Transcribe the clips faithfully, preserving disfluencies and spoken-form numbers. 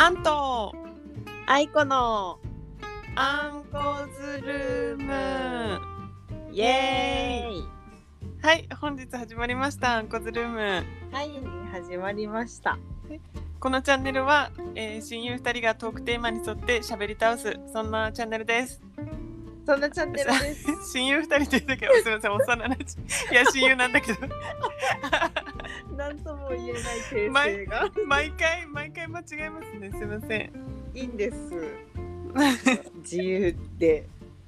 アンとあいこのアンコズルームイエーイ。 はい、本日始まりましたアンコズルーム。 はい、始まりました。 このチャンネルは、えー、親友ふたりがトークテーマに沿って喋り倒す、そんなチャンネルです。 そんなチャンネルです。 親友ふたりって言うだけはすみません、幼なじいや親友なんだけどなんとも言えない訂正が毎回毎回間違えますね、すみません。 いいんです自由で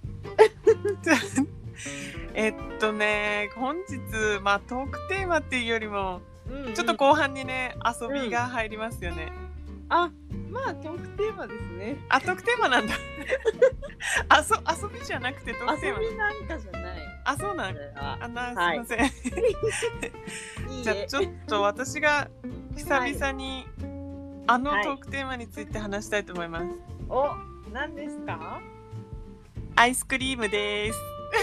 えっとね本日、まあ、トークテーマっていうよりも、うんうん、ちょっと後半にね遊びが入りますよね、うん、 あ、まあトークテーマですね。 あ、トークテーマなんだあそ遊びじゃなくてトークテーマ。 遊びなんかじゃない。 あ、そうなんあな、 はい、 すいませんじゃあちょっと私が久々に、はい、あのトークテーマについて話したいと思います、はい、 お、何ですか？ アイスクリームです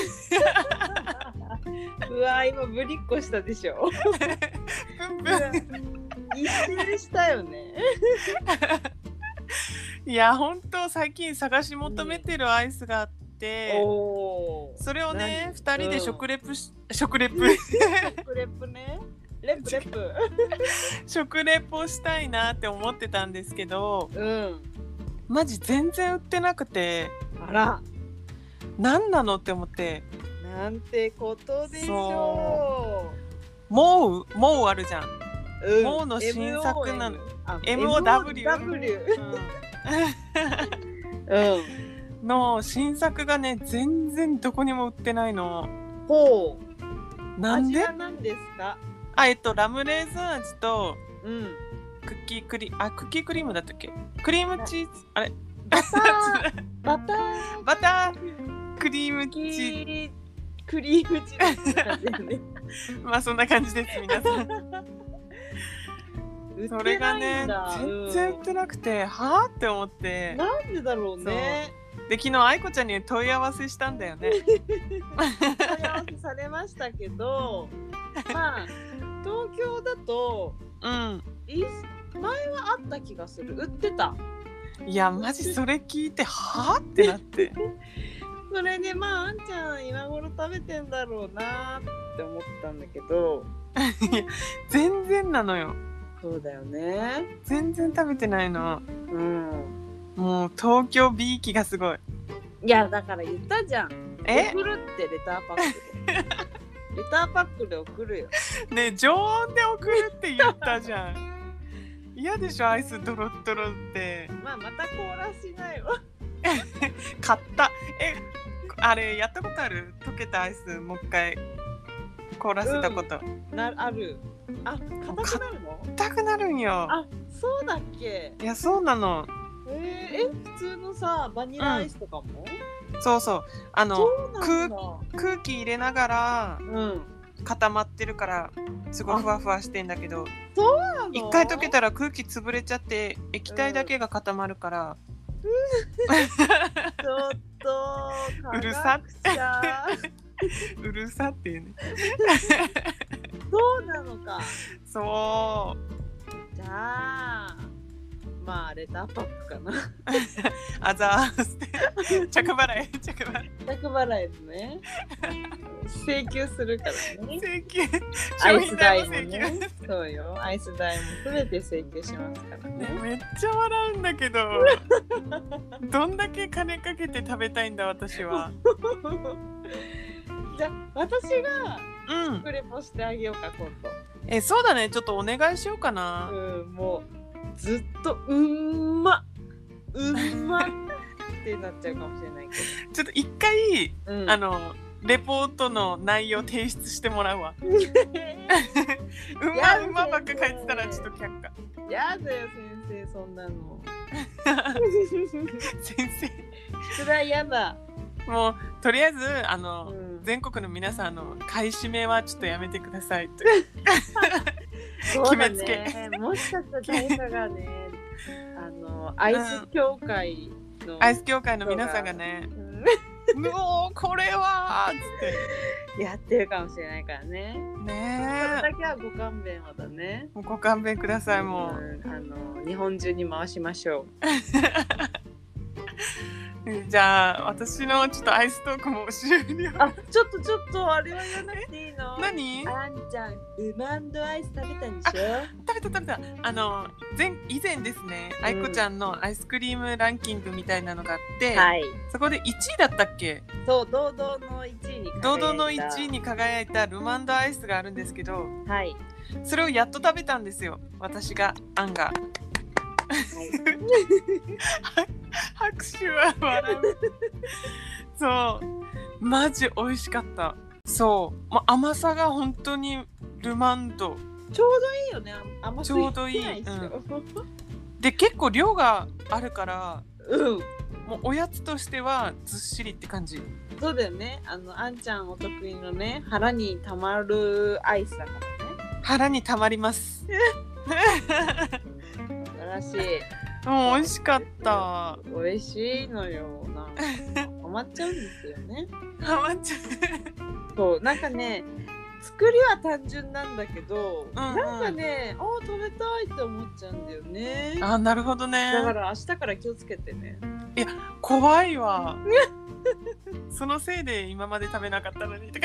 うわ、今ぶりっこしたでしょ一周したよねいや、ほんと最近探し求めてるアイスがあって、うん、おそれをねふたりで食レポし、うん、食レポ食レポねレプレプ食レポしたいなって思ってたんですけど、 うん、 マジ全然売ってなくて、 あら何なのって思って。 なんてことでしょう。もうもうあるじゃん、 うん、 もうの新作なの。 エムオーダブリューうん、の新作がね全然どこにも売ってないの。 ほう。 なんで？ 味は何ですか？ あ、えっとラムレーズン味と、 うん、 クッキークリあクッキークリームだったっけ？クリームチーズあれバターバターバタークリームチーズクリームチーズって感じだよねまあそんな感じです皆さんそれがね全然売ってなくて、うん、はぁって思って。 なんでだろうね。 で昨日愛子ちゃんに問い合わせしたんだよね問い合わせされましたけどまあ東京だと、 うん、 前はあった気がする。売ってた。 いやマジそれ聞いてはぁってなってそれでまああんちゃん今頃食べてんだろうなって思ったんだけどいや全然なのよ。 そうだよね。 全然食べてないの。 うん。 もう東京 B 気がすごい。 いやだから言ったじゃん。 え？ 送るってレターパックでレターパックで送るよ。 ねえ常温で送るって言ったじゃん嫌でしょアイスドロッドロって。 まあまた凍らしないわ買った。えあれやったことある？溶けたアイスもう一回凍らせたこと、 うん、なある。あ、硬くなるの？ 硬くなるんよ。 あ、そうだっけ？ いやそうなの。 えー、え普通のさバニラアイスとかも、 うん、そうそうあの空, 空気入れながら、 うん、 固まってるからすごいふわふわしてんだけど、 そうなの？ 一回溶けたら空気潰れちゃって液体だけが固まるから、 うん、ちょっとうるさうるさっていうねそうなのか。 そうじゃあまあレターパックかなあざーす着払い着払い着払いですね請求するからね。 請求アイス代もね。そうよアイス代もすべて請求しますからね。 めっちゃ笑うんだけどどんだけ金かけて食べたいんだ私はじゃあ私が食レポしてあげようか、うん、今度。 えそうだねちょっとお願いしようかな。 うんもうずっとうんまうんまってなっちゃうかもしれないけどちょっと一回、うん、あのレポートの内容提出してもらうわうんまうんまばっか書いてたらちょっと却下。 やだよ先生そんなの先生それはやだ。 もうとりあえずあの、うん、全国の皆さんの買い占めはちょっとやめてくださいと決めつけ、 ね、もしかしたら誰かがねあのアイス協会の、 うん、アイス協会の皆さんがね、うん、 もうこれはーっつってやってるかもしれないからね。 ねそれだけはご勘弁をだね。 え、ご勘弁ください。もう、 うん、あの日本中に回しましょう。 じゃあ私のちょっとアイストークも終了。 あ、ちょっとちょっとあれは言わなくていいの？ 何？ あんちゃんルマンドアイス食べたんでしょ？ 食べた食べた。あの前以前ですね、あいこちゃんのアイスクリームランキングみたいなのがあって、 はい、 そこでいちいだったっけ？ そう、堂々のいちいに輝いた堂々のいちいに輝いたルマンドアイスがあるんですけど、 はい、 それをやっと食べたんですよ、私が。アンが、はい、拍手は笑う。そうマジ美味しかった。そう、ま、甘さが本当にルマンドちょうどいいよね。甘すぎない。 ちょうどいい、うん、で結構量があるから、 うん、 もうおやつとしてはずっしりって感じ。 そうだよね。あのあんちゃんお得意のね、腹にたまるアイスだからね。 腹にたまります。 素晴らしい。 もう美味しかった。 美味しいのよ。なんかハマっちゃうんですよね。 ハマっちゃう。 そう、なんかね、作りは単純なんだけど、うんうん、なんかね、あー食べたいって思っちゃうんだよね。 あ、なるほどね。 だから明日から気をつけてね。 いや、怖いわ。そのせいで今まで食べなかったのにとか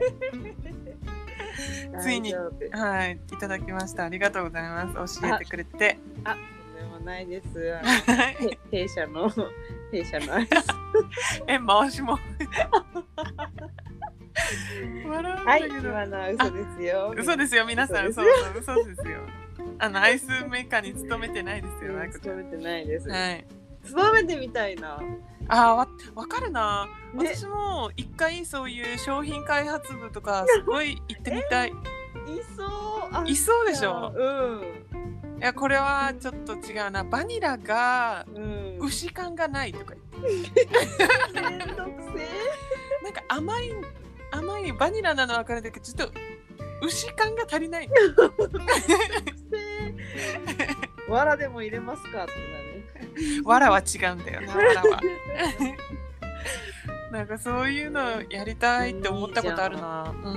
ついに、はい、いただきました。ありがとうございます。教えてくれて。 あ、とんでもないです。弊社の弊社のアイス。 え、回しも。笑うんだけど。 はい、今のは嘘ですよ。 嘘ですよ、皆さん。そうそう、嘘ですよ。あのアイスメーカーに勤めてないですよ。 勤めてないです。 はい。 勤めてみたいな。 あー、わ、わかるな。私も一回そういう商品開発部とかすごい行ってみたい。いそう。 いそうでしょ。 うん。 いや、これはちょっと違うな。バニラが、 うん、 牛感がないとか言って。 めんどくせえ。 なんか甘い甘いバニラなのは分かるんだけど、ちょっと牛感が足りない。 わらでも入れますかってなる。 わらは違うんだよな。わらは。なんかそういうのやりたいって思ったことあるな。うん。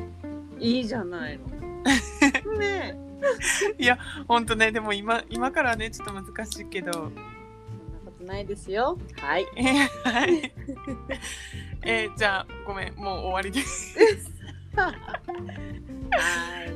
いいじゃないの。ねえ。いや、ほんとね、でも今今からねちょっと難しいけど。そんなことないですよ。はい。 はい。えー、じゃあごめん、もう終わりです。 はい、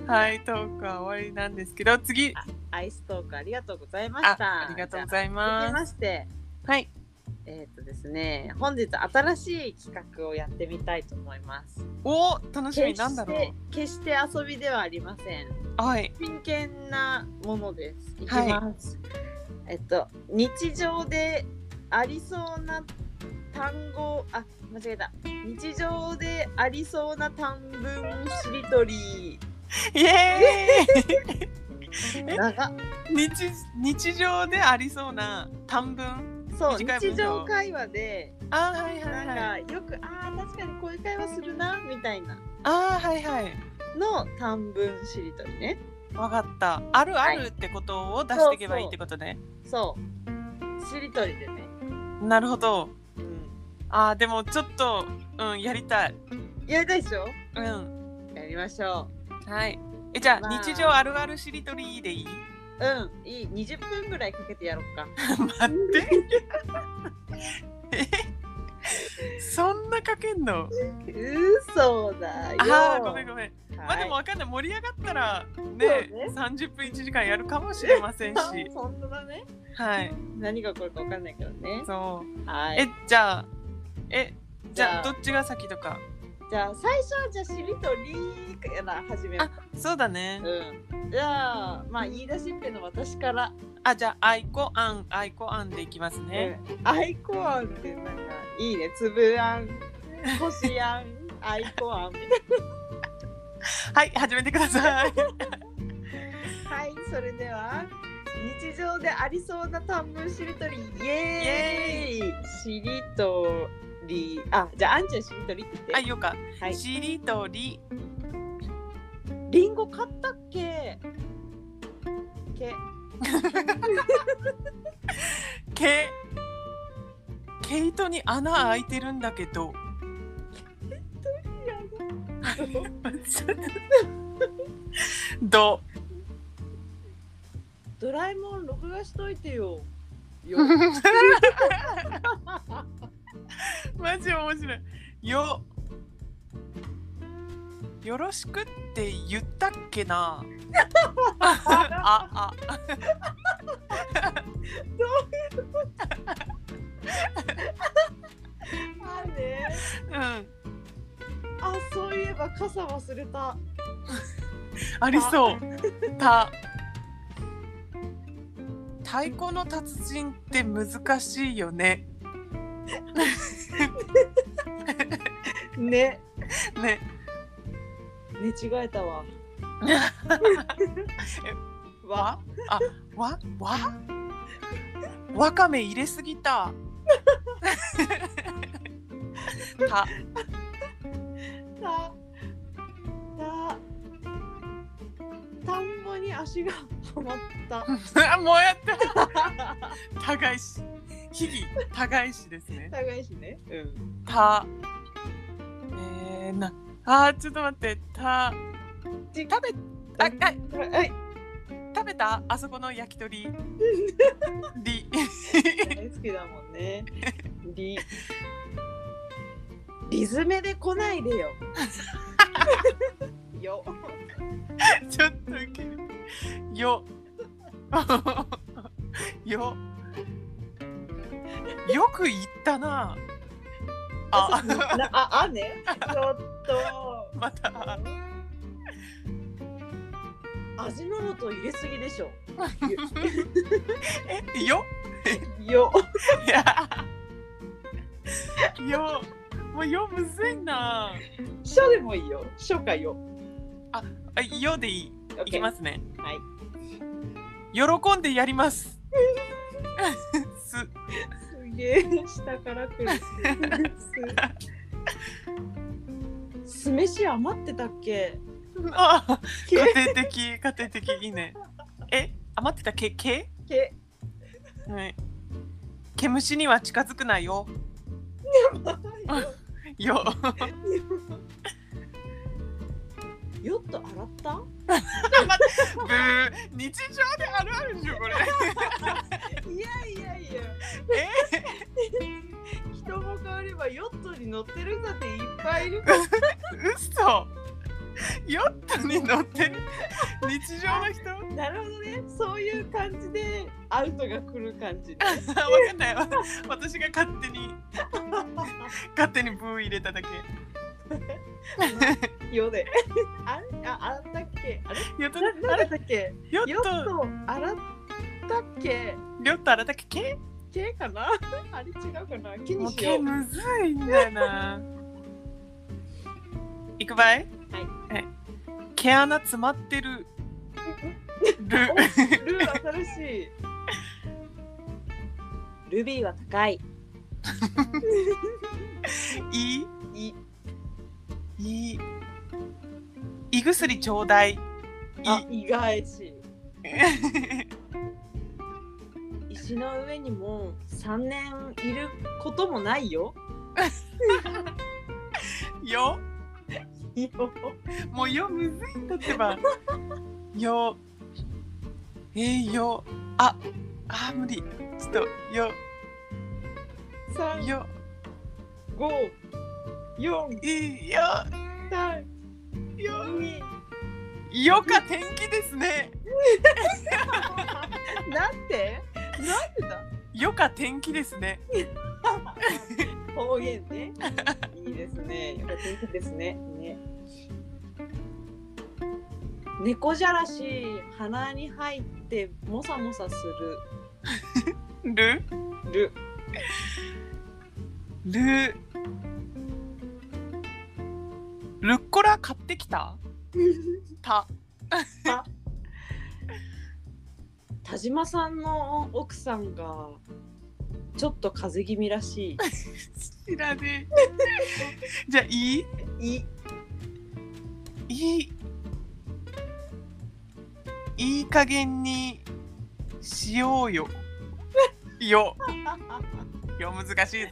はい、トークは終わりなんですけど、次アイストークありがとうございました。 あ, ありがとうございます。 続きまして、 はい、 えっとですね、本日新しい企画をやってみたいと思います。 お、楽しみ。なんだろう。 決して遊びではありません。 はい、 真剣なものです。いきます、はい、えっと日常でありそうな単語、あ、間違えた。日常でありそうな短文しりとり。 イエーイ。長日, 日常でありそうな短文。 そう、日常会話で、 あ、はいはいはい、 なんかよく、あ、確かにこういう会話するなみたいな、 あ、はいはいの短文しりとりね。 わかった。あるあるってことを出していけばいいってことね。 そう、そう、しりとりでね。 なるほど。 うん、 あ、でもちょっと、うん、やりたい。 やりたいでしょ。 うん、 やりましょう。 はい。え、じゃあ、まあ、日常あるあるしりとりでいい？ うん、いい。にじゅっぷんぐらいかけてやろうか。 待ってえ、そんなかけんの？ 嘘だよ。 あー、ごめんごめん、はい、まあでもわかんない。盛り上がったら ね, ねさんじゅっぷんいちじかんやるかもしれませんし。 本当だね。 はい。 何がこれかわかんないけどね。 そう、 はい、 え、じゃあえじゃあどっちが先とか。 じゃあ最初はじゃあしりとりから始めようか。 あ、そうだね。 うん。じゃあまあ言い出しっぺの私から。 あ、じゃああいこあんあいこあんでいきますね。 あいこあんってなんかいいね。つぶあん、こしあん、あいこあんみたいな。 はい、始めてください。はい、 それでは日常でありそうな短文しりとり、イエーイ。しりとり、あ、じゃああんちゃんしりとりって言って。 あ、よか。 はい、 しりとり。 リンゴ買ったっけ？け。 け。 毛糸に穴開いてるんだけど。どドラえもん録画しといてよ。よマジ面白い。よよろしくって言ったっけな。ああどういうことあね。 うん。 あ、そういえば傘忘れた。 ありそう。た太鼓の達人って難しいよね。 ね。 ね。 寝違えたわ。 わあわわわかめ入れすぎた。たたた田んぼに足がはまった。 もうやった互いしひぎ互いしですね。 互いしね。うん。 たえー、なあーちょっと待ってた食べああはい。 食べたあそこの焼き鳥り大好きだもんね。リリズメで来ないでよ。よ。 ちょっとウケるよよよく言ったなあなああねちょっとまた味の素入れすぎでしょ。 えよよいやよもうよむずいな。 しょでもいいよ。しょかよ。 あよでいい。 Okay. いきますね。 はい。 喜んでやります。す。 すげえ下から来る。す。酢飯余ってたっけ？ あ、家庭的家庭的いいね。え、余ってたけけ？ け。 はい。毛虫には近づくなよ。よ。 よっと洗った？ ブー、日常であるあるでしょこれ。 いやいやいや。 え？ 人も変わればヨットに乗ってる人っていっぱいいる。 嘘。ヨットに乗ってる日常の人？ なるほどね。そういう感じでアウトが来る感じね。 わかんない。私が勝手に勝手にブー入れただけ。 よで。あれあ洗ったっけ？あれ？ ヨットななんだっけ？ ヨットヨット洗ったっけ？ ヨット洗ったっけ？け？ けかな？あれ違うかな？気もうにしよう。 けむずいんだよな。いくばい？ はい。 はい。毛穴詰まってる。ル。 ルー新しい。ルビーは高い。 いい？ いいい。胃薬ちょうだい。 あ、意外し。石の上にもさんねんいることもないよ。 よ。 よ。 もうよむずいんだってば。よ。えー、よ。あ、あ無理。ちょっとよ。 三、 よ。 五、四、 いいよ。 三、 よ。 二。 よか天気ですね。 なんで？なんでだ？ よか天気ですね。 方言ね。いいですね。よか天気ですね。ね。猫じゃらし鼻に入ってもさもさする。 る。る。 る。ルッコラ買ってきた？た。 た。田島さんの奥さんがちょっと風邪気味らしい。 知らねえ。じゃあいい？ いい。 いい。いい加減にしようよ。よ。 よ難しいぞ。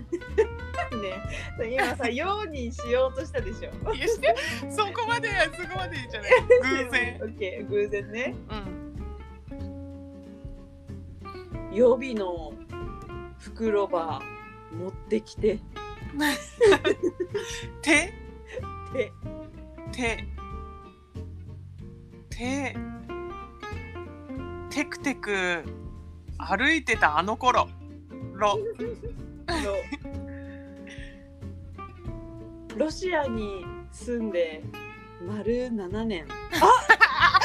ね、今さ、ようにしようとしたでしょ。 いやしてそこまでそこまでいいじゃない。偶然。 オッケー、偶然ね。 うん。 予備の袋ば持ってきて。 手手手手テクテク歩いてたあの頃ロロシアに住んで丸ななねん。 あ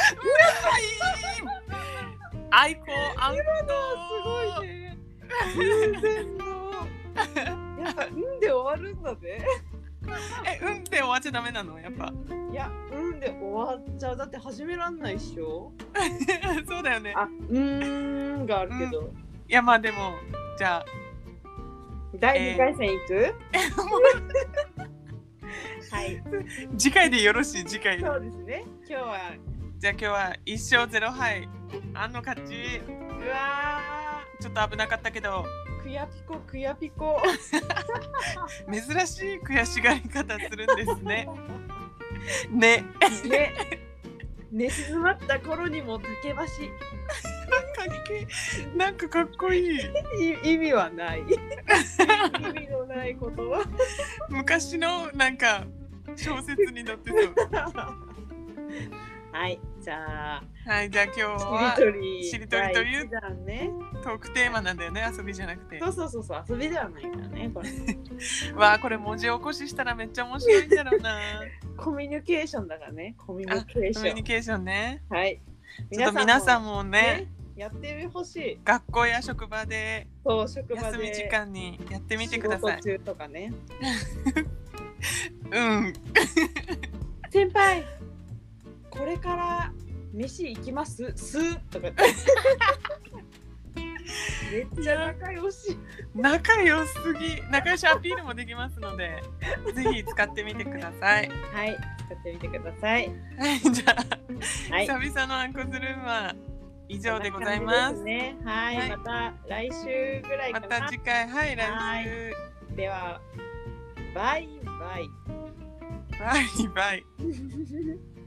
アイコアウトすごいね。偶然のやっぱうんで終わるんだね。 え、うんで終わっちゃダメなのやっぱ。 いや、うんで終わっちゃう。だって始めらんないっしょ。 そうだよね。 あ、うーんがあるけど、 うん、いやまあでもじゃあだいにかい戦いく、えー、はい、 次回でよろしい。次回そうですね。今日はじゃあ今日はいっ勝ゼロ敗あんの勝ち。 うわちょっと危なかったけどクヤピコクヤピコ珍しい悔しがり方するんですね。ねね、寝静まった頃にも竹橋かっけなんかかっこいい。 意味はない意味のないことは昔のなんか小説に載ってそうはい、じゃあはいじゃあ今日はしりとりしりとりという、 ね、 トークテーマなんだよね。遊びじゃなくて。 そうそうそうそう遊びではないからねこれわあこれ文字起こししたらめっちゃ面白いんだろうなコミュニケーションだからね。コミュニケーション。 コミュニケーションね。 はい。 ちょっと皆さんもね、ねやってほしい。 学校や職場で、 そう職場で休み時間にやってみてください。 仕事中とかね。 うん。 先輩、これから飯行きますすとかって。めっちゃ仲良し。 仲良すぎ。仲良しアピールもできますので、ぜひ使ってみてください。 はい、使ってみてください。 はい、じゃあ、 はい、 久々のアンコズルームは以上でございます。 ね、はい、はい、また来週ぐらいかな。 また次回、はい、来週。 では、バイバイ。 バイバイ。